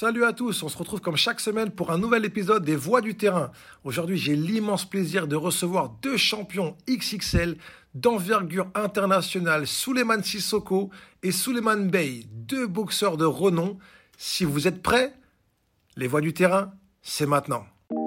Salut à tous, on se retrouve comme chaque semaine pour un nouvel épisode des Voix du terrain. Aujourd'hui, j'ai l'immense plaisir de recevoir deux champions XXL d'envergure internationale, Souleymane Cissokho et Souleymane Bey, deux boxeurs de renom. Si vous êtes prêts, les Voix du terrain, c'est maintenant.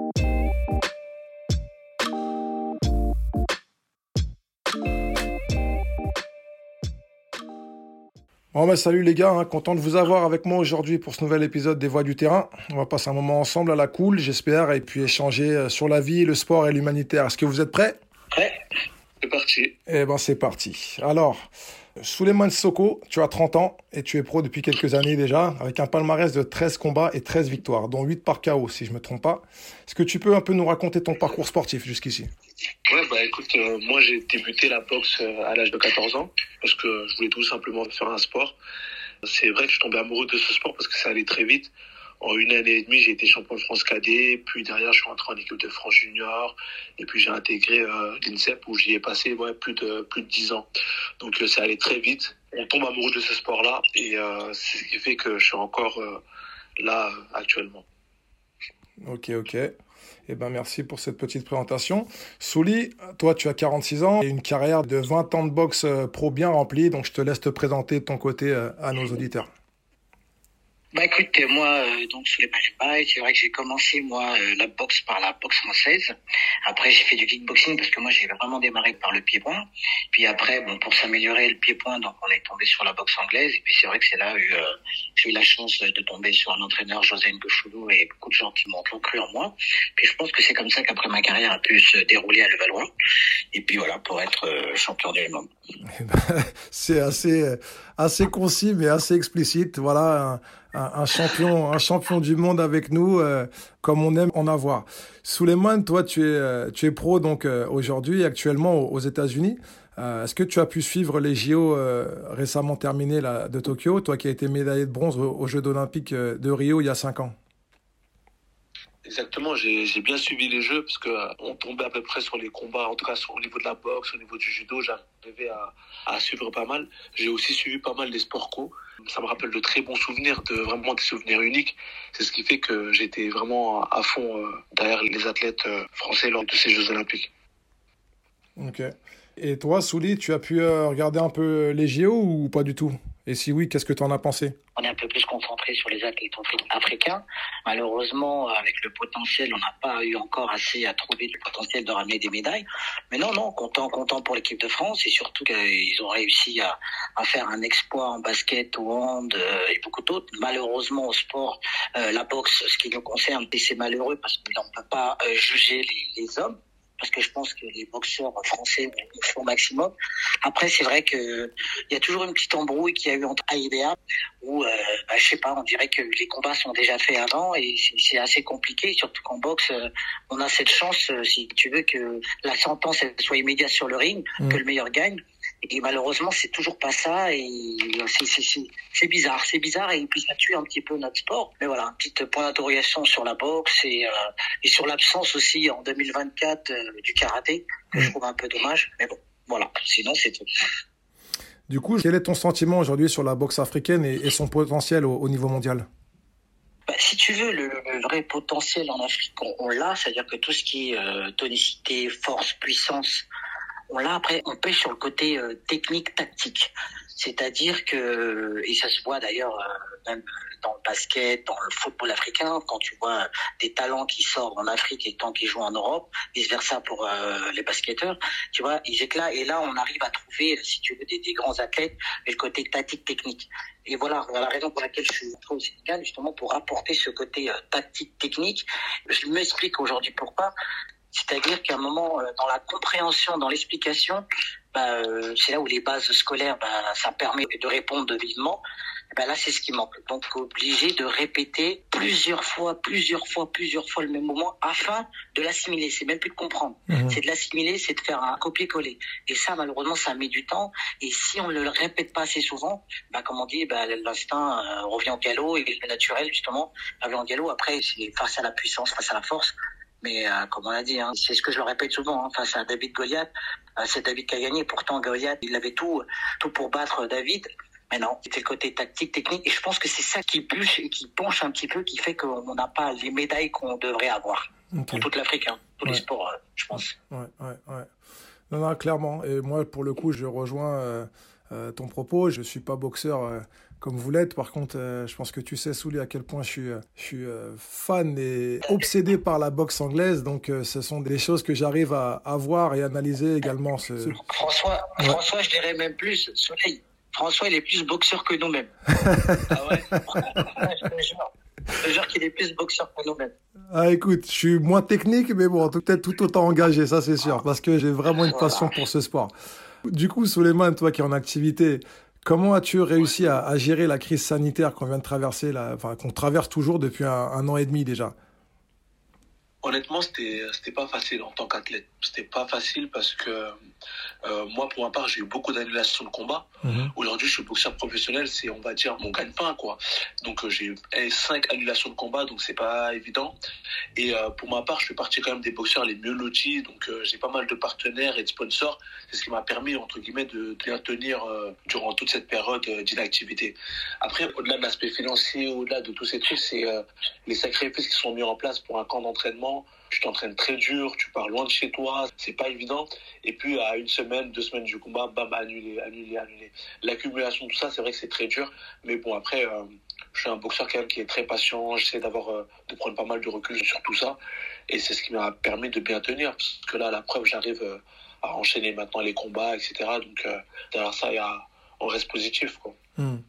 Bon salut les gars, content de vous avoir avec moi aujourd'hui pour ce nouvel épisode des Voix du terrain. On va passer un moment ensemble à la cool, j'espère, et puis échanger sur la vie, le sport et l'humanitaire. Est-ce que vous êtes prêts ? Prêt ? C'est parti. Eh ben c'est parti. Alors, Souleymane Cissokho, tu as 30 ans et tu es pro depuis quelques années déjà, avec un palmarès de 13 combats et 13 victoires, dont 8 par KO si je me trompe pas. Est-ce que tu peux un peu nous raconter ton parcours sportif jusqu'ici ? Ouais, écoute, moi j'ai débuté la boxe à l'âge de 14 ans parce que je voulais tout simplement faire un sport. C'est vrai que je suis tombé amoureux de ce sport parce que ça allait très vite. En une année et demie, j'ai été champion de France cadet, puis derrière je suis rentré en équipe de France junior, et puis j'ai intégré l'INSEP où j'y ai passé plus de 10 ans. Donc ça allait très vite. On tombe amoureux de ce sport-là et c'est ce qui fait que je suis encore là actuellement. Ok. Eh ben merci pour cette petite présentation. Souli, toi tu as 46 ans et une carrière de 20 ans de boxe pro bien remplie, donc je te laisse te présenter de ton côté à nos auditeurs. Écoute, moi, donc Souleymane Bey, c'est vrai que j'ai commencé la boxe par la boxe française. Après, j'ai fait du kickboxing parce que moi, j'ai vraiment démarré par le pied-point. Puis après, pour s'améliorer le pied-point, donc on est tombé sur la boxe anglaise. Et puis c'est vrai que c'est là où j'ai eu la chance de tomber sur un entraîneur, José Ngochoulou, et beaucoup de gens qui m'ont cru en moi. Puis je pense que c'est comme ça qu'après ma carrière a pu se dérouler à Levallois. Et puis voilà, pour être champion du monde. C'est assez concis mais assez explicite. Voilà. Un champion du monde avec nous, comme on aime en avoir. Souleymane, toi, tu es pro donc aujourd'hui, actuellement aux États-Unis. Est-ce que tu as pu suivre les JO récemment terminés là, de Tokyo, toi qui as été médaillé de bronze aux Jeux olympiques de Rio il y a 5 ans? Exactement, j'ai bien suivi les jeux parce que on tombait à peu près sur les combats, en tout cas au niveau de la boxe, au niveau du judo, j'arrivais à suivre pas mal. J'ai aussi suivi pas mal les sports co. Ça me rappelle de très bons souvenirs, vraiment des souvenirs uniques. C'est ce qui fait que j'étais vraiment à fond derrière les athlètes français lors de ces Jeux olympiques. Ok. Et toi, Souli, tu as pu regarder un peu les JO ou pas du tout ? Et si oui, qu'est-ce que tu en as pensé ? On est un peu plus concentré sur les athlètes africains. Malheureusement, avec le potentiel, on n'a pas eu encore assez à trouver du potentiel de ramener des médailles. Mais non, content pour l'équipe de France et surtout qu'ils ont réussi à faire un exploit en basket, au hand et beaucoup d'autres. Malheureusement, au sport, la boxe, ce qui nous concerne, c'est malheureux parce qu'on ne peut pas juger les hommes. Parce que je pense que les boxeurs français font au maximum. Après, c'est vrai que il y a toujours une petite embrouille qu'il y a eu entre AIBA où, je sais pas, on dirait que les combats sont déjà faits avant et c'est assez compliqué. Surtout qu'en boxe, on a cette chance, si tu veux, que la sentence elle soit immédiate sur le ring, que le meilleur gagne. Et malheureusement, c'est toujours pas ça et c'est bizarre et puis ça tue un petit peu notre sport. Mais voilà, un petit point d'interrogation sur la boxe et sur l'absence aussi en 2024 du karaté que je trouve un peu dommage. Mais bon, voilà, sinon c'est tout. Du coup, quel est ton sentiment aujourd'hui sur la boxe africaine et son potentiel au niveau mondial ? Si tu veux, le vrai potentiel en Afrique, on l'a, c'est-à-dire que tout ce qui est tonicité, force, puissance, on l'a. Après, on pêche sur le côté technique, tactique. C'est-à-dire que, et ça se voit d'ailleurs même dans le basket, dans le football africain, quand tu vois des talents qui sortent en Afrique et tant qu'ils jouent en Europe, vice-versa pour les basketteurs, tu vois, ils éclatent. Et là, on arrive à trouver, si tu veux, des grands athlètes, et le côté tactique, technique. Et voilà la raison pour laquelle je suis au Sénégal, justement, pour apporter ce côté tactique, technique. Je m'explique aujourd'hui pourquoi. C'est-à-dire qu'à un moment, dans la compréhension, dans l'explication, c'est là où les bases scolaires, ça permet de répondre vivement. Là, c'est ce qui manque. Donc, obligé de répéter plusieurs fois le même moment afin de l'assimiler. C'est même plus de comprendre. C'est de l'assimiler, c'est de faire un copier-coller. Et ça, malheureusement, ça met du temps. Et si on ne le répète pas assez souvent, comme on dit, l'instinct revient au galop et le naturel, justement, revient au galop. Après, c'est face à la puissance, face à la force. Mais comme on l'a dit, c'est ce que je le répète souvent, face à David Goliath, c'est David qui a gagné. Pourtant, Goliath, il avait tout pour battre David. Mais non, c'était le côté tactique, technique. Et je pense que c'est ça qui bûche et qui penche un petit peu, qui fait qu'on n'a pas les médailles qu'on devrait avoir. Pour toute l'Afrique, tous les sports, je pense. Ouais. Non, clairement. Et moi, pour le coup, je rejoins ton propos. Je suis pas boxeur comme vous l'êtes. Par contre, je pense que tu sais, Souli, à quel point je suis fan et obsédé par la boxe anglaise. Donc, ce sont des choses que j'arrive à voir et analyser également. François, je dirais même plus, Soleil. François, il est plus boxeur que nous-mêmes. Ah ouais. Je te jure qu'il est plus boxeur que nous-mêmes. Ah, écoute, je suis moins technique, mais bon, peut-être tout autant engagé, ça c'est sûr, parce que j'ai vraiment une passion pour ce sport. Du coup, Souleymane, toi qui es en activité, comment as-tu réussi à gérer la crise sanitaire qu'on vient de traverser, qu'on traverse toujours depuis un an et demi déjà? Honnêtement, c'était pas facile en tant qu'athlète. C'était pas facile parce que moi, pour ma part, j'ai eu beaucoup d'annulations de combat. Aujourd'hui, je suis boxeur professionnel, c'est, on va dire, mon gagne-pain, quoi. Donc, j'ai eu 5 annulations de combat, donc c'est pas évident. Et pour ma part, je fais partie quand même des boxeurs les mieux lotis, donc j'ai pas mal de partenaires et de sponsors. C'est ce qui m'a permis, entre guillemets, de bien tenir durant toute cette période d'inactivité. Après, au-delà de l'aspect financier, au-delà de tous ces trucs, c'est les sacrifices qui sont mis en place pour un camp d'entraînement. Tu t'entraînes très dur, tu pars loin de chez toi, c'est pas évident. Et puis, à 1 semaine, 2 semaines du combat, bam, annulé. L'accumulation, tout ça, c'est vrai que c'est très dur. Mais bon, après, je suis un boxeur quand même qui est très patient. J'essaie de prendre pas mal de recul sur tout ça. Et c'est ce qui m'a permis de bien tenir. Parce que là, à la preuve, j'arrive à enchaîner maintenant les combats, etc. Donc, derrière ça, on reste positif, quoi.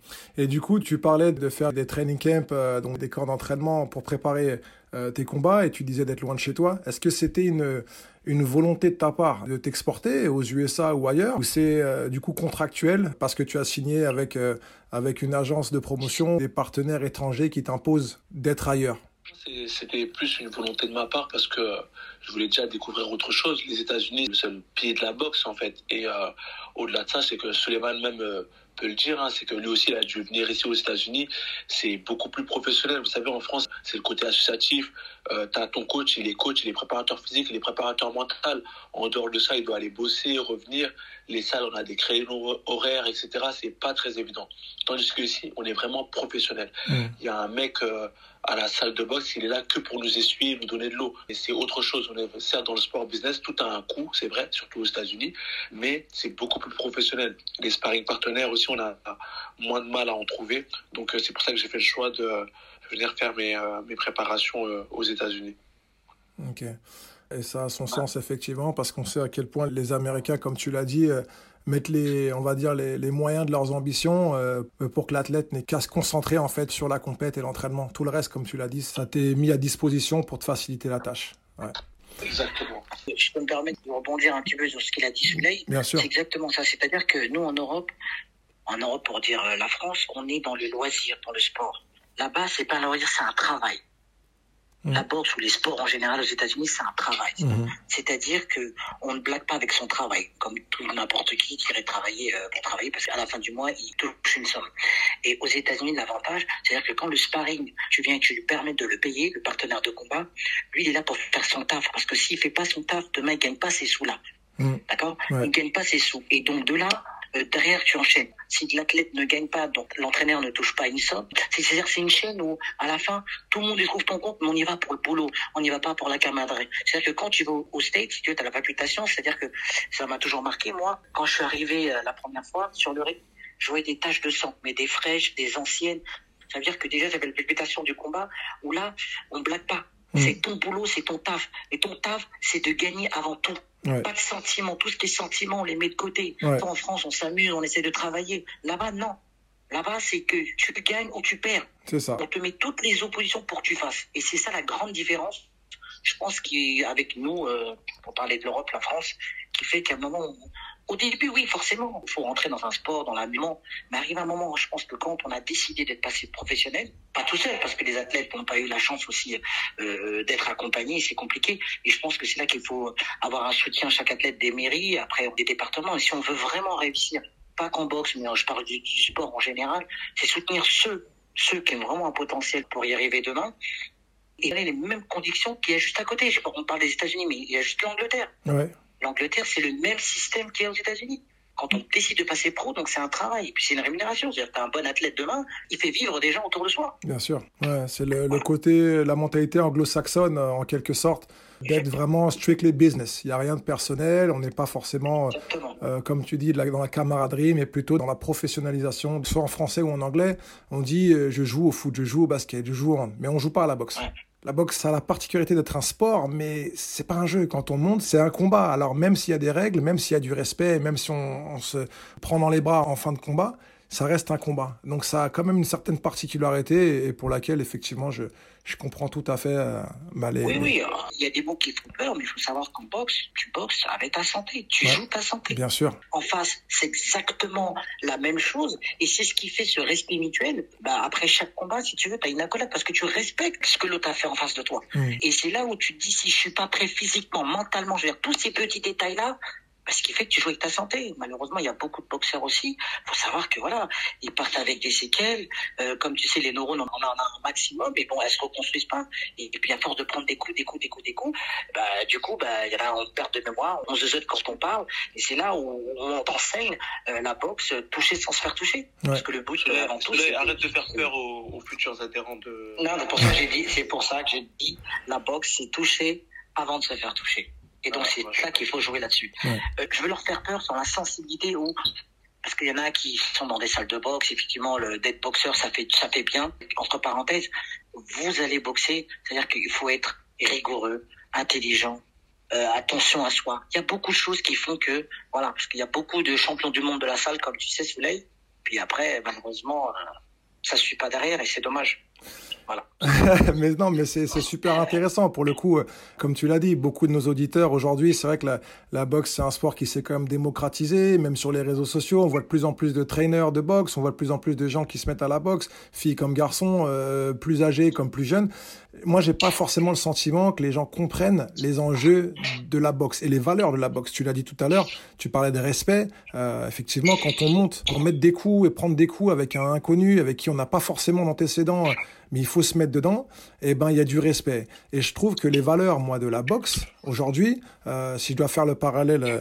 Et du coup, tu parlais de faire des training camps, donc des camps d'entraînement pour préparer tes combats, et tu disais d'être loin de chez toi. Est-ce que c'était une volonté de ta part de t'exporter aux USA ou ailleurs, ou c'est du coup contractuel parce que tu as signé avec une agence de promotion, des partenaires étrangers qui t'imposent d'être ailleurs? C'était plus une volonté de ma part parce que je voulais déjà découvrir autre chose. Les États-Unis, c'est le seul pays de la boxe en fait. Et au-delà de ça, c'est que Souleymane même peut le dire, c'est que lui aussi il a dû venir ici aux États-Unis. C'est beaucoup plus professionnel. Vous savez, en France, c'est le côté associatif. T'as ton coach, il est préparateur physique, il est préparateur mental. En dehors de ça, il doit aller bosser, revenir. Les salles, on a des créneaux horaires, etc. C'est pas très évident. Tandis que ici, on est vraiment professionnel. Il y a un mec à la salle de boxe, il est là que pour nous essuyer, nous donner de l'eau. Et c'est autre chose. On est certes dans le sport business, tout a un coût, c'est vrai, surtout aux États-Unis, mais c'est beaucoup plus professionnel. Les sparring partenaires aussi, on a moins de mal à en trouver. Donc c'est pour ça que j'ai fait le choix de venir faire mes préparations aux États-Unis. Ok. Et ça a son sens effectivement, parce qu'on sait à quel point les Américains, comme tu l'as dit, mettent les moyens de leurs ambitions pour que l'athlète n'ait qu'à se concentrer en fait sur la compète et l'entraînement. Tout le reste, comme tu l'as dit, ça t'est mis à disposition pour te faciliter la tâche. Ouais. Exactement. Je peux me permettre de rebondir un petit peu sur ce qu'il a dit Souley. Bien sûr. C'est exactement ça. C'est-à-dire que nous, en Europe, pour dire la France, on est dans le loisir, dans le sport. Là-bas, c'est pas un loisir, c'est un travail. La boxe ou les sports en général aux États-Unis, c'est un travail. C'est-à-dire que on ne blague pas avec son travail, comme n'importe qui irait travailler pour travailler, parce qu'à la fin du mois, il touche une somme. Et aux États-Unis, l'avantage, c'est-à-dire que quand le sparring, tu lui permets de le payer, le partenaire de combat, lui, il est là pour faire son taf, parce que s'il fait pas son taf, demain, il gagne pas ses sous là. D'accord? Il gagne pas ses sous. Et donc de là, derrière, tu enchaînes. Si l'athlète ne gagne pas, donc l'entraîneur ne touche pas une somme, c'est-à-dire c'est une chaîne où, à la fin, tout le monde y trouve ton compte, mais on y va pour le boulot, on n'y va pas pour la camaraderie. C'est-à-dire que quand tu vas aux States, si tu as la réputation, c'est-à-dire que ça m'a toujours marqué, moi, quand je suis arrivé la première fois sur le ring, je voyais des taches de sang, mais des fraîches, des anciennes. Ça veut dire que déjà, j'avais la réputation du combat, où là, on blague pas. C'est ton boulot, c'est ton taf. Et ton taf, c'est de gagner avant tout. Ouais. Pas de sentiments. Tout ce qui est sentiments, on les met de côté. Ouais. En France, on s'amuse, on essaie de travailler. Là-bas, non. Là-bas, c'est que tu gagnes ou tu perds. C'est ça. On te met toutes les oppositions pour que tu fasses. Et c'est ça la grande différence, je pense, qui est avec nous, pour parler de l'Europe, la France, qui fait qu'à un moment, au début, oui, forcément, il faut rentrer dans un sport, dans l'amusement. Mais arrive un moment, je pense que quand on a décidé d'être passé professionnel, pas tout seul, parce que les athlètes n'ont pas eu la chance aussi d'être accompagnés, c'est compliqué. Et je pense que c'est là qu'il faut avoir un soutien, chaque athlète des mairies, après des départements. Et si on veut vraiment réussir, pas qu'en boxe, mais je parle du sport en général, c'est soutenir ceux qui ont vraiment un potentiel pour y arriver demain. Et les mêmes conditions qu'il y a juste à côté. On parle des États-Unis, mais il y a juste l'Angleterre. Ouais. L'Angleterre, c'est le même système qu'il y a aux États-Unis. Quand on décide de passer pro, donc c'est un travail, et puis c'est une rémunération. C'est-à-dire que tu as un bon athlète demain, il fait vivre des gens autour de soi. Bien sûr. Ouais, c'est le côté, la mentalité anglo-saxonne, en quelque sorte, d'être vraiment strictly business. Il n'y a rien de personnel, on n'est pas forcément, comme tu dis, dans la camaraderie, mais plutôt dans la professionnalisation, soit en français ou en anglais. On dit, je joue au foot, je joue au basket, je joue au hand, mais on ne joue pas à la boxe. Ouais. La boxe, ça a la particularité d'être un sport, mais c'est pas un jeu. Quand on monte, c'est un combat. Alors même s'il y a des règles, même s'il y a du respect, même si on se prend dans les bras en fin de combat, ça reste un combat. Donc ça a quand même une certaine particularité et pour laquelle, effectivement, je comprends tout à fait Oui, il y a des mots qui font peur, mais il faut savoir qu'en boxe, tu boxes avec ta santé. Tu joues ta santé. Bien sûr. En face, c'est exactement la même chose. Et c'est ce qui fait ce respect mutuel. Après chaque combat, si tu veux, tu as une accolade parce que tu respectes ce que l'autre a fait en face de toi. Et c'est là où tu te dis, si je suis pas prêt physiquement, mentalement, je veux dire, tous ces petits détails-là, ce qui fait que tu joues avec ta santé. Malheureusement, il y a beaucoup de boxeurs aussi. Il faut savoir que voilà, ils partent avec des séquelles. Comme tu sais, les neurones, on en a un maximum, mais bon, elles se reconstruisent pas. Et puis, à force de prendre des coups, du coup, il y en a, on perd de mémoire, on se zèle quand on parle. Et c'est là où on t'enseigne la boxe, toucher sans se faire toucher. Ouais. Parce que le but, avant tout, c'est... Arrête de faire peur aux futurs adhérents de... Non, c'est pour ça que j'ai dit, la boxe, c'est toucher avant de se faire toucher. Et donc, c'est ça qu'il faut jouer là-dessus. Ouais. Je veux leur faire peur sur la sensibilité parce qu'il y en a qui sont dans des salles de boxe. Effectivement, d'être boxeur, ça fait bien. Entre parenthèses, vous allez boxer, c'est-à-dire qu'il faut être rigoureux, intelligent, attention à soi. Il y a beaucoup de choses qui font que, voilà, parce qu'il y a beaucoup de champions du monde de la salle, comme tu sais, Souley. Puis après, malheureusement, ça ne suit pas derrière et c'est dommage. Voilà. mais c'est super intéressant pour le coup. Comme tu l'as dit, beaucoup de nos auditeurs aujourd'hui, c'est vrai que la boxe, c'est un sport qui s'est quand même démocratisé, même sur les réseaux sociaux. On voit de plus en plus de trainers de boxe, on voit de plus en plus de gens qui se mettent à la boxe, filles comme garçons, plus âgés comme plus jeunes. Moi, j'ai pas forcément le sentiment que les gens comprennent les enjeux de la boxe et les valeurs de la boxe. Tu l'as dit tout à l'heure, tu parlais de respect. Effectivement, quand on monte, pour mettre des coups et prendre des coups avec un inconnu, avec qui on n'a pas forcément d'antécédents, mais il faut se mettre dedans, et ben il y a du respect. Et je trouve que les valeurs, moi, de la boxe, aujourd'hui, si je dois faire le parallèle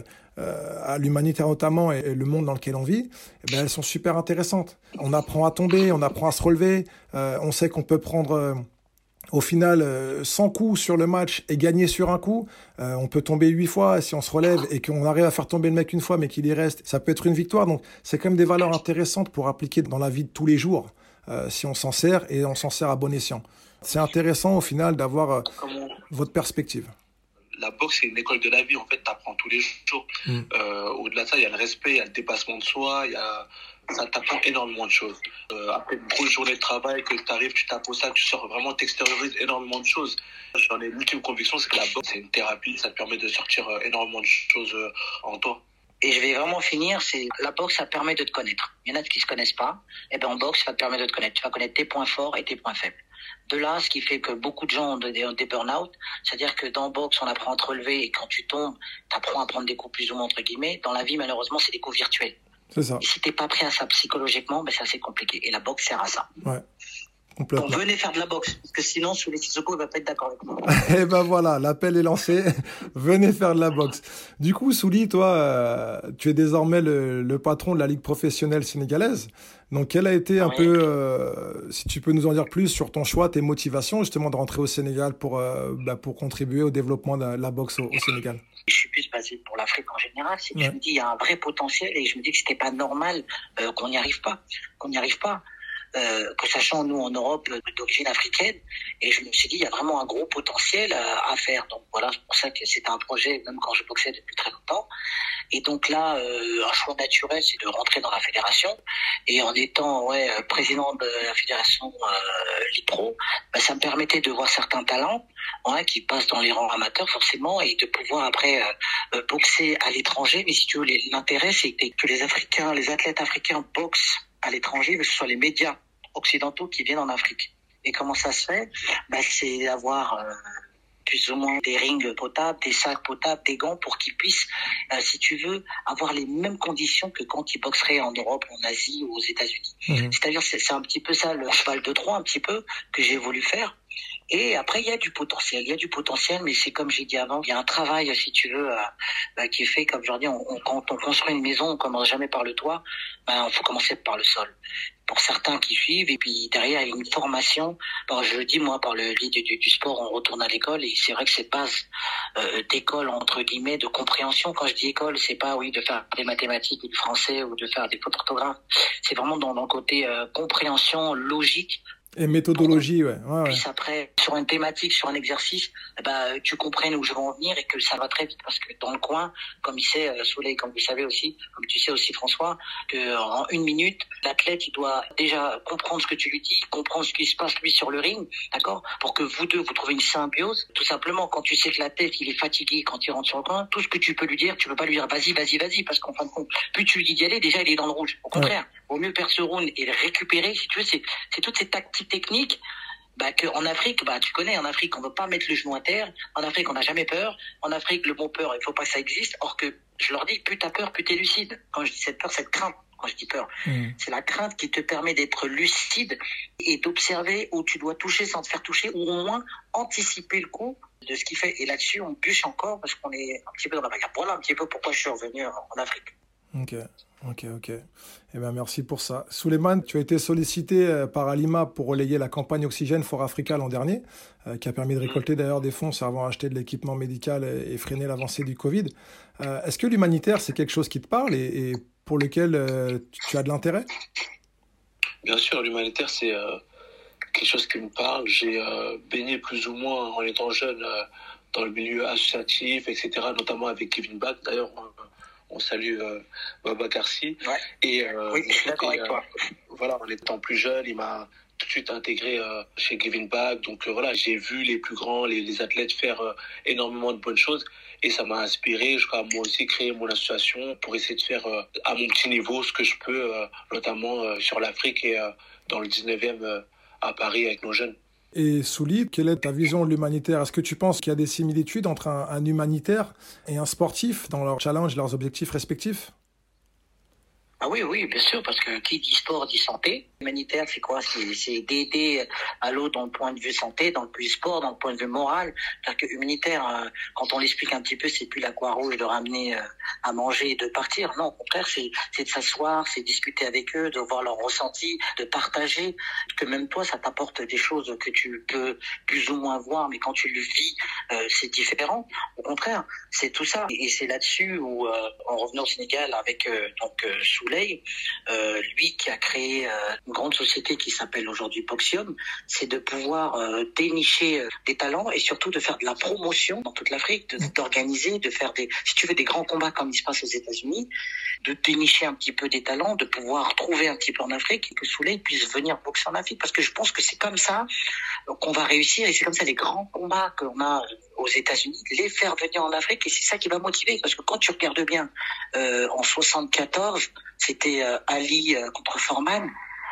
à l'humanitaire notamment et le monde dans lequel on vit, eh ben, elles sont super intéressantes. On apprend à tomber, on apprend à se relever, on sait qu'on peut prendre... au final, 100 coups sur le match et gagner sur un coup, on peut tomber 8 fois si on se relève et qu'on arrive à faire tomber le mec une fois mais qu'il y reste, ça peut être une victoire. Donc c'est quand même des valeurs intéressantes pour appliquer dans la vie de tous les jours, si on s'en sert et on s'en sert à bon escient. C'est intéressant au final d'avoir votre perspective. La boxe, c'est une école de la vie. En fait, tu apprends tous les jours. Au-delà de ça, il y a le respect, il y a le dépassement de soi, ça t'apprend énormément de choses. Après une grosse journée de travail, que tu arrives, tu tapes au sac, tu sors vraiment, t'extériorises énormément de choses. J'en ai l'ultime conviction, c'est que la boxe, c'est une thérapie, ça te permet de sortir énormément de choses en toi. Et je vais vraiment finir, c'est la boxe, ça permet de te connaître. Il y en a qui se connaissent pas. Et ben en boxe, ça te permet de te connaître. Tu vas connaître tes points forts et tes points faibles. De là, ce qui fait que beaucoup de gens ont des burn-out, c'est-à-dire que dans boxe, on apprend à te relever et quand tu tombes, tu apprends à prendre des coups plus ou moins entre guillemets. Dans la vie, malheureusement, c'est des coups virtuels. C'est ça. Et si t'es pas prêt à ça psychologiquement, ben c'est assez compliqué. Et la boxe sert à ça. Ouais. Complètement. Donc venez faire de la boxe, parce que sinon, Souley Sissoko, il va pas être d'accord avec moi. Et ben voilà, l'appel est lancé. Venez faire de la boxe. Du coup, Souli, toi, tu es désormais le patron de la Ligue professionnelle sénégalaise. Donc, quel a été un peu, si tu peux nous en dire plus sur ton choix, tes motivations justement de rentrer au Sénégal pour contribuer au développement de la boxe au Sénégal? Je suis plus basé pour l'Afrique en général. C'est que je me dis, il y a un vrai potentiel et je me dis que c'était pas normal qu'on n'y arrive pas. Que sachant nous en Europe d'origine africaine, et je me suis dit il y a vraiment un gros potentiel à faire. Donc voilà, c'est pour ça que c'était un projet même quand je boxais depuis très longtemps. Et donc là, un choix naturel, c'est de rentrer dans la fédération. Et en étant président de la fédération Lipro, ça me permettait de voir certains talents qui passent dans les rangs amateurs forcément et de pouvoir après boxer à l'étranger. Mais si tu veux, l'intérêt, c'est que les athlètes africains boxent à l'étranger, mais que ce soit les médias occidentaux qui viennent en Afrique. Et comment ça se fait? C'est d'avoir plus ou moins des rings potables, des sacs potables, des gants pour qu'ils puissent, si tu veux, avoir les mêmes conditions que quand ils boxeraient en Europe, en Asie ou aux États-Unis. C'est-à-dire, c'est un petit peu ça le cheval de Troie, un petit peu, que j'ai voulu faire. Et après, il y a du potentiel, mais c'est comme j'ai dit avant, il y a un travail, si tu veux, qui est fait, comme je leur dis, quand on construit une maison, on commence jamais par le toit, faut commencer par le sol. Pour certains qui suivent, et puis derrière, il y a une formation. Bon, je le dis, moi, par le biais du sport, on retourne à l'école, et c'est vrai que cette base d'école, entre guillemets, de compréhension, quand je dis école, c'est pas, oui, de faire des mathématiques ou du français ou de faire des fautes d'orthographe, c'est vraiment dans le côté compréhension logique. Et méthodologie, ouais. Puis après, sur une thématique, sur un exercice, tu comprennes où je veux en venir et que ça va très vite. Parce que dans le coin, comme il sait, Soleil, comme vous savez aussi, comme tu sais aussi François, que en 1 minute, l'athlète, il doit déjà comprendre ce que tu lui dis, comprendre ce qui se passe lui sur le ring, d'accord? Pour que vous deux, vous trouvez une symbiose. Tout simplement, quand tu sais que l'athlète, il est fatigué quand il rentre sur le coin, tout ce que tu peux lui dire, tu peux pas lui dire vas-y, parce qu'en fin de compte, plus tu lui dis d'y aller, déjà il est dans le rouge. Au contraire, vaut mieux perdre ce round et le récupérer, si tu veux, c'est toutes ces tactiques techniques qu'en Afrique, tu connais, en Afrique, on ne veut pas mettre le genou à terre. En Afrique, on n'a jamais peur. En Afrique, le mot peur, il ne faut pas que ça existe. Or que, je leur dis, plus t'as peur, plus t'es lucide. Quand je dis cette peur, cette crainte, quand je dis peur, c'est la crainte qui te permet d'être lucide et d'observer où tu dois toucher sans te faire toucher, ou au moins anticiper le coup de ce qu'il fait. Et là-dessus, on bûche encore parce qu'on est un petit peu dans la bagarre. Voilà un petit peu pourquoi je suis revenu en Afrique. Ok. Eh bien, merci pour ça. Souleymane, tu as été sollicité par Alima pour relayer la campagne Oxygène for Africa l'an dernier, qui a permis de récolter d'ailleurs des fonds servant à acheter de l'équipement médical et freiner l'avancée du Covid. Est-ce que l'humanitaire, c'est quelque chose qui te parle et pour lequel tu as de l'intérêt? Bien sûr, l'humanitaire, c'est quelque chose qui me parle. J'ai baigné plus ou moins en étant jeune dans le milieu associatif, etc., notamment avec Kevin Bach. D'ailleurs, on salue Baba Karsi. Ouais. Et, oui, je suis d'accord avec toi. Voilà, en étant plus jeune, il m'a tout de suite intégré chez Kevin Bach. Donc voilà, j'ai vu les plus grands, les athlètes faire énormément de bonnes choses. Et ça m'a inspiré jusqu'à moi aussi créer mon association pour essayer de faire à mon petit niveau ce que je peux, notamment sur l'Afrique et dans le 19e à Paris avec nos jeunes. Et Souli, quelle est ta vision de l'humanitaire? Est-ce que tu penses qu'il y a des similitudes entre un humanitaire et un sportif dans leurs challenges, leurs objectifs respectifs? Ah oui, bien sûr, parce que qui dit sport dit santé. Humanitaire, c'est quoi? C'est d'aider à l'autre dans le point de vue santé, dans le point de vue sport, dans le point de vue moral. C'est-à-dire que humanitaire, quand on l'explique un petit peu, c'est plus la Croix-Rouge de ramener à manger et de partir. Non, au contraire, c'est de s'asseoir, c'est discuter avec eux, de voir leur ressenti, de partager. Que même toi, ça t'apporte des choses que tu peux plus ou moins voir, mais quand tu le vis, c'est différent. Au contraire, c'est tout ça. Et c'est là-dessus où, en revenant au Sénégal avec Souley, lui qui a créé une grande société qui s'appelle aujourd'hui Boxium, c'est de pouvoir dénicher des talents et surtout de faire de la promotion dans toute l'Afrique, d'organiser, de faire des grands combats comme il se passe aux États-Unis, de dénicher un petit peu des talents, de pouvoir trouver un petit peu en Afrique et que Souley puisse venir boxer en Afrique, parce que je pense que c'est comme ça qu'on va réussir et c'est comme ça les grands combats qu'on a aux États-Unis, les faire venir en Afrique, et c'est ça qui va motiver, parce que quand tu regardes bien, en 74, c'était Ali contre Foreman.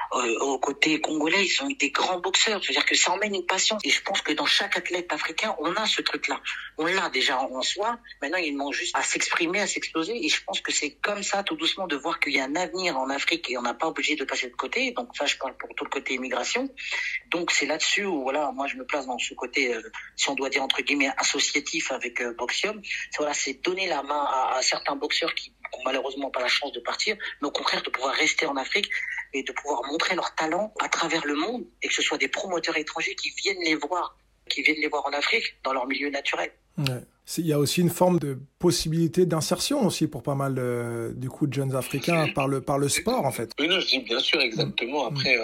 Au côté congolais, ils ont été des grands boxeurs. Je veux dire que ça emmène une passion. Et je pense que dans chaque athlète africain, on a ce truc-là. On l'a déjà en soi. Maintenant, il manque juste à s'exprimer, à s'exploser. Et je pense que c'est comme ça, tout doucement, de voir qu'il y a un avenir en Afrique et on n'a pas obligé de passer de côté. Donc ça, je parle pour tout le côté immigration. Donc c'est là-dessus où, voilà, moi, je me place dans ce côté, si on doit dire entre guillemets, associatif avec Boxium. C'est donner la main à certains boxeurs qui n'ont malheureusement pas la chance de partir, mais au contraire de pouvoir rester en Afrique et de pouvoir montrer leur talent à travers le monde, et que ce soit des promoteurs étrangers qui viennent les voir en Afrique, dans leur milieu naturel. Ouais. Il y a aussi une forme de possibilité d'insertion aussi pour pas mal du coup de jeunes Africains par le sport en fait. Oui, non, je dis bien sûr, exactement. Après,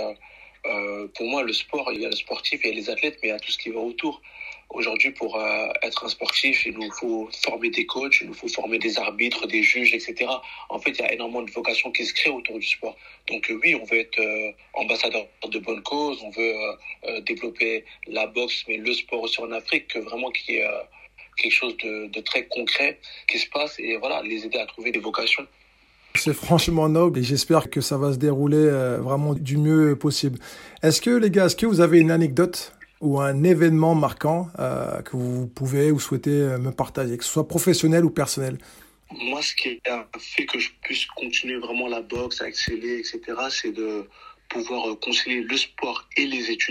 pour moi, le sport, il y a le sportif, il y a les athlètes, mais il y a tout ce qui va autour. Aujourd'hui, pour être un sportif, il nous faut former des coachs, il nous faut former des arbitres, des juges, etc. En fait, il y a énormément de vocations qui se créent autour du sport. Donc oui, on veut être ambassadeur de bonne cause, on veut développer la boxe, mais le sport aussi en Afrique, vraiment qui est quelque chose de très concret qui se passe, et voilà, les aider à trouver des vocations. C'est franchement noble et j'espère que ça va se dérouler vraiment du mieux possible. Est-ce que vous avez une anecdote ou un événement marquant que vous pouvez ou souhaitez me partager, que ce soit professionnel ou personnel? Moi, ce qui a fait que je puisse continuer vraiment la boxe, à exceller, etc., c'est de pouvoir concilier le sport et les études.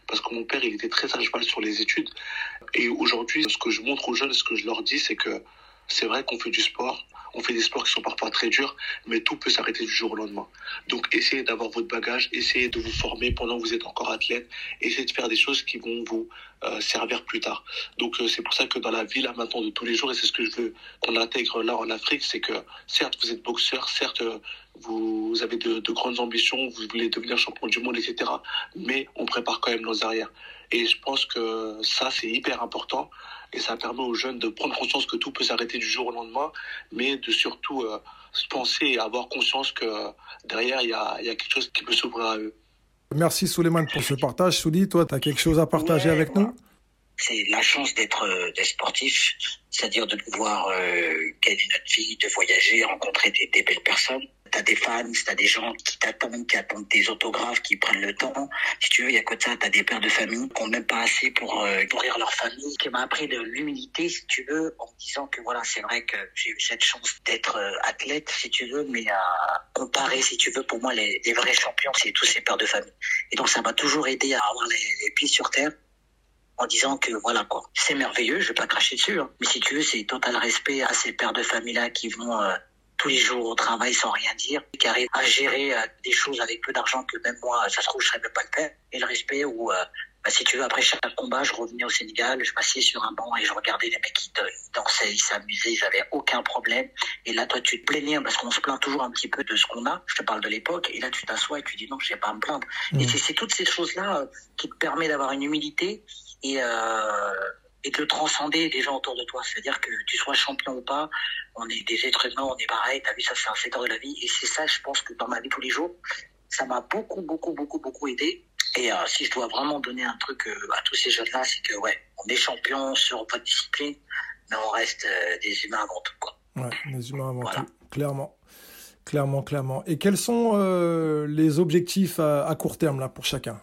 parce que mon père, il était très à cheval sur les études. Et aujourd'hui, ce que je montre aux jeunes, ce que je leur dis, c'est que c'est vrai qu'on fait du sport, on fait des sports qui sont parfois très durs, mais tout peut s'arrêter du jour au lendemain. Donc, essayez d'avoir votre bagage, essayez de vous former pendant que vous êtes encore athlète, essayez de faire des choses qui vont vous servir plus tard. Donc, c'est pour ça que dans la vie, là, maintenant, de tous les jours, et c'est ce que je veux qu'on intègre là en Afrique, c'est que, certes, vous êtes boxeur, certes, vous avez de grandes ambitions, vous voulez devenir champion du monde, etc. Mais on prépare quand même nos arrières. Et je pense que ça, c'est hyper important. Et ça permet aux jeunes de prendre conscience que tout peut s'arrêter du jour au lendemain, mais de surtout penser et avoir conscience que derrière, il y a quelque chose qui peut s'ouvrir à eux. Merci Souleymane pour ce partage. Souli, toi, tu as quelque chose à partager avec nous? C'est la chance d'être sportif, c'est-à-dire de pouvoir gagner notre vie, de voyager, rencontrer des belles personnes. T'as des fans, t'as des gens qui attendent des autographes, qui prennent le temps. Si tu veux, il y a que ça. T'as des pères de famille qui n'ont même pas assez pour nourrir leur famille, qui m'a appris de l'humilité, si tu veux, en me disant que voilà, c'est vrai que j'ai eu cette chance d'être athlète, si tu veux, mais à comparer, si tu veux, pour moi, les vrais champions, c'est tous ces pères de famille. Et donc, ça m'a toujours aidé à avoir les pieds sur terre, en disant que voilà quoi, c'est merveilleux, je vais pas cracher dessus, hein. Mais si tu veux, c'est total respect à ces pères de famille-là qui vont tous les jours au travail sans rien dire, qui arrivent à gérer des choses avec peu d'argent que même moi, ça se trouve, je serais même pas le faire. Et le respect où, si tu veux, après chaque combat, je revenais au Sénégal, je m'assieds sur un banc et je regardais les mecs qui dansaient, ils s'amusaient, ils avaient aucun problème. Et là, toi, tu te plaignais parce qu'on se plaint toujours un petit peu de ce qu'on a. Je te parle de l'époque. Et là, tu t'assois et tu dis non, je vais pas à me plaindre. Et c'est toutes ces choses-là qui te permettent d'avoir une humilité et de le transcender des gens autour de toi. C'est-à-dire que tu sois champion ou pas, on est des êtres humains, on est pareil. T'as vu, ça, c'est un secteur de la vie. Et c'est ça, je pense que dans ma vie tous les jours, ça m'a beaucoup aidé. Et si je dois vraiment donner un truc à tous ces jeunes-là, c'est que ouais, on est champion sur votre discipline, mais on reste des humains avant tout, quoi. Ouais, des humains avant tout, clairement. Et quels sont les objectifs à court terme là pour chacun?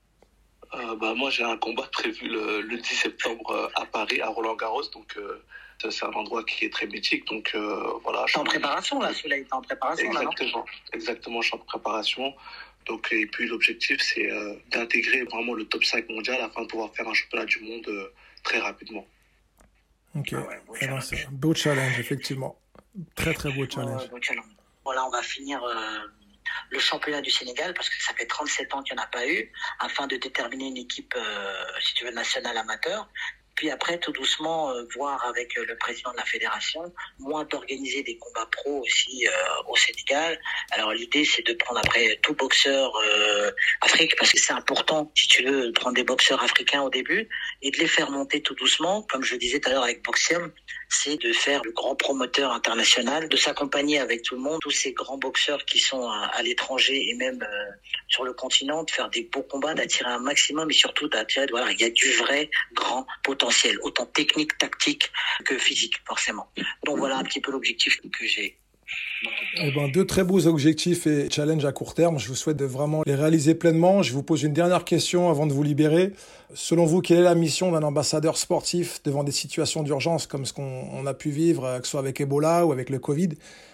Moi, j'ai un combat prévu le 10 septembre à Paris, à Roland-Garros. Donc, c'est un endroit qui est très mythique. Donc, voilà. T'es en préparation, là? Celui-là est en préparation, Exactement, je suis en préparation. Donc, et puis, l'objectif, c'est d'intégrer vraiment le top 5 mondial afin de pouvoir faire un championnat du monde très rapidement. Ok, c'est un beau challenge, effectivement. Très beau challenge. Voilà, on va finir le championnat du Sénégal, parce que ça fait 37 ans qu'il n'y en a pas eu, afin de déterminer une équipe, si tu veux, nationale amateur. Puis après, tout doucement, voir avec le président de la fédération, moi, d'organiser des combats pro aussi au Sénégal. Alors l'idée, c'est de prendre après tout boxeur Afrique, parce que c'est important, si tu veux, de prendre des boxeurs africains au début et de les faire monter tout doucement. Comme je le disais tout à l'heure avec Boxium, c'est de faire le grand promoteur international, de s'accompagner avec tout le monde, tous ces grands boxeurs qui sont à l'étranger et même sur le continent, de faire des beaux combats, d'attirer un maximum et surtout d'attirer, voilà, il y a du vrai grand potentiel, autant technique, tactique que physique, forcément. Donc voilà un petit peu l'objectif que j'ai. Deux très beaux objectifs et challenges à court terme. Je vous souhaite de vraiment les réaliser pleinement. Je vous pose une dernière question avant de vous libérer. Selon vous, quelle est la mission d'un ambassadeur sportif devant des situations d'urgence comme ce qu'on a pu vivre, que ce soit avec Ebola ou avec le Covid?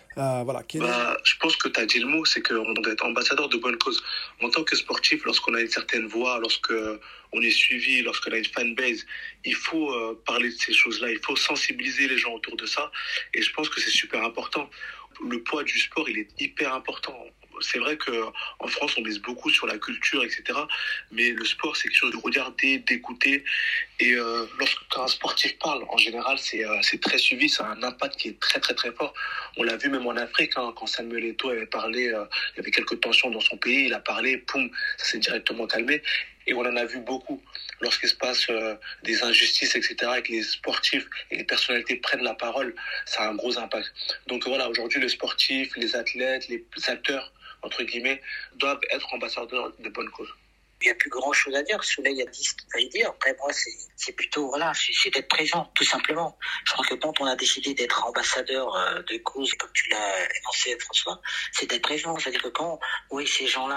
Je pense que tu as dit le mot, c'est qu'on doit être ambassadeur de bonne cause. En tant que sportif, lorsqu'on a une certaine voix, lorsqu'on est suivi, lorsqu'on a une fanbase, il faut parler de ces choses-là, il faut sensibiliser les gens autour de ça. Et je pense que c'est super important. Le poids du sport, il est hyper important. C'est vrai qu'en France, on mise beaucoup sur la culture, etc. Mais le sport, c'est quelque chose de regarder, d'écouter. Et lorsqu'un sportif parle, en général, c'est très suivi. Ça a un impact qui est très fort. On l'a vu même en Afrique, quand Samuel Eto'o avait parlé, il y avait quelques tensions dans son pays, il a parlé, poum, ça s'est directement calmé. Et on en a vu beaucoup. Lorsqu'il se passe des injustices, etc., et que les sportifs et les personnalités prennent la parole, ça a un gros impact. Donc voilà, aujourd'hui, les sportifs, les athlètes, les acteurs, entre guillemets, doivent être ambassadeurs de bonne cause. Il n'y a plus grand chose à dire. Celui-là, il y a 10 qu'il fallait dire. Après, moi, c'est plutôt, voilà, c'est d'être présent, tout simplement. Je crois que quand on a décidé d'être ambassadeur de cause, comme tu l'as énoncé, François, c'est d'être présent. C'est-à-dire que quand, oui, ces gens-là,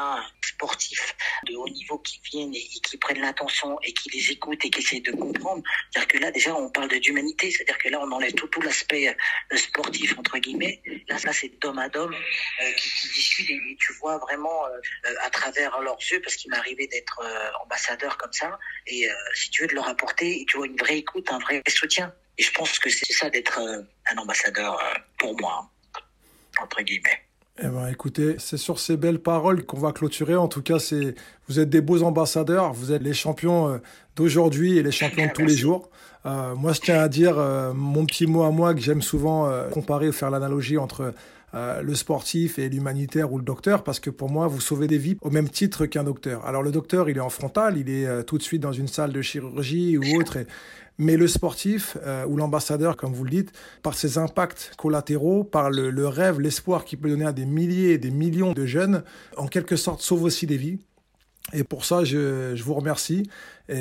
sportifs de haut niveau qui viennent et qui prennent l'attention et qui les écoutent et qui essaient de comprendre. C'est-à-dire que là, déjà, on parle d'humanité. C'est-à-dire que là, on enlève tout l'aspect sportif, entre guillemets. Là, ça, c'est d'homme à d'homme qui discutent et tu vois vraiment à travers leurs yeux, parce qu'il m'est arrivé d'être ambassadeur comme ça. Et si tu veux, de leur apporter, tu vois, une vraie écoute, un vrai soutien. Et je pense que c'est ça d'être un ambassadeur pour moi, entre guillemets. Eh ben, écoutez, c'est sur ces belles paroles qu'on va clôturer. En tout cas, vous êtes des beaux ambassadeurs. Vous êtes les champions d'aujourd'hui et les champions de tous les jours. Moi, je tiens à dire mon petit mot à moi que j'aime souvent comparer ou faire l'analogie entre le sportif et l'humanitaire ou le docteur, parce que pour moi, vous sauvez des vies au même titre qu'un docteur. Alors, le docteur, il est en frontal, il est tout de suite dans une salle de chirurgie ou autre. Mais le sportif ou l'ambassadeur, comme vous le dites, par ses impacts collatéraux, par le rêve, l'espoir qu'il peut donner à des milliers et des millions de jeunes, en quelque sorte sauve aussi des vies. Et pour ça, je vous remercie et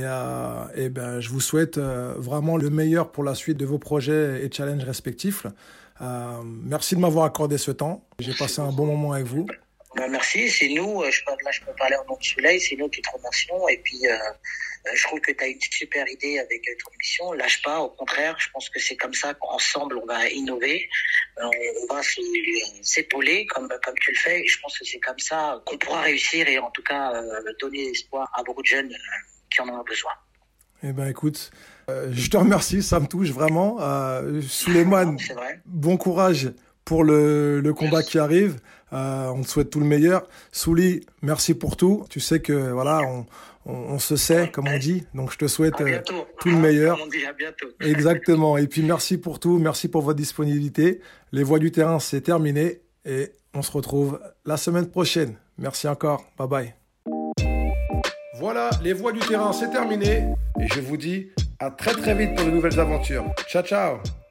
je vous souhaite vraiment le meilleur pour la suite de vos projets et challenges respectifs. Merci de m'avoir accordé ce temps. J'ai passé un bon moment avec vous. Merci, c'est nous, je peux parler en nom de Soleil, c'est nous qui te remercions. Et puis, je trouve que tu as une super idée avec ton émission. Lâche pas, au contraire, je pense que c'est comme ça qu'ensemble, on va innover. On va s'épauler comme tu le fais. Et je pense que c'est comme ça qu'on pourra réussir et en tout cas donner espoir à beaucoup de jeunes qui en ont besoin. Eh ben, écoute, je te remercie, ça me touche vraiment. Souleymane, bon courage pour le combat qui arrive. On te souhaite tout le meilleur. Souli, merci pour tout. Tu sais que voilà, on se sait, comme on dit. Donc je te souhaite tout le meilleur. On dit à bientôt. Exactement. Et puis merci pour tout. Merci pour votre disponibilité. Les Voix du terrain, c'est terminé. Et on se retrouve la semaine prochaine. Merci encore. Bye bye. Voilà, les Voix du terrain, c'est terminé. Et je vous dis à très très vite pour de nouvelles aventures. Ciao, ciao.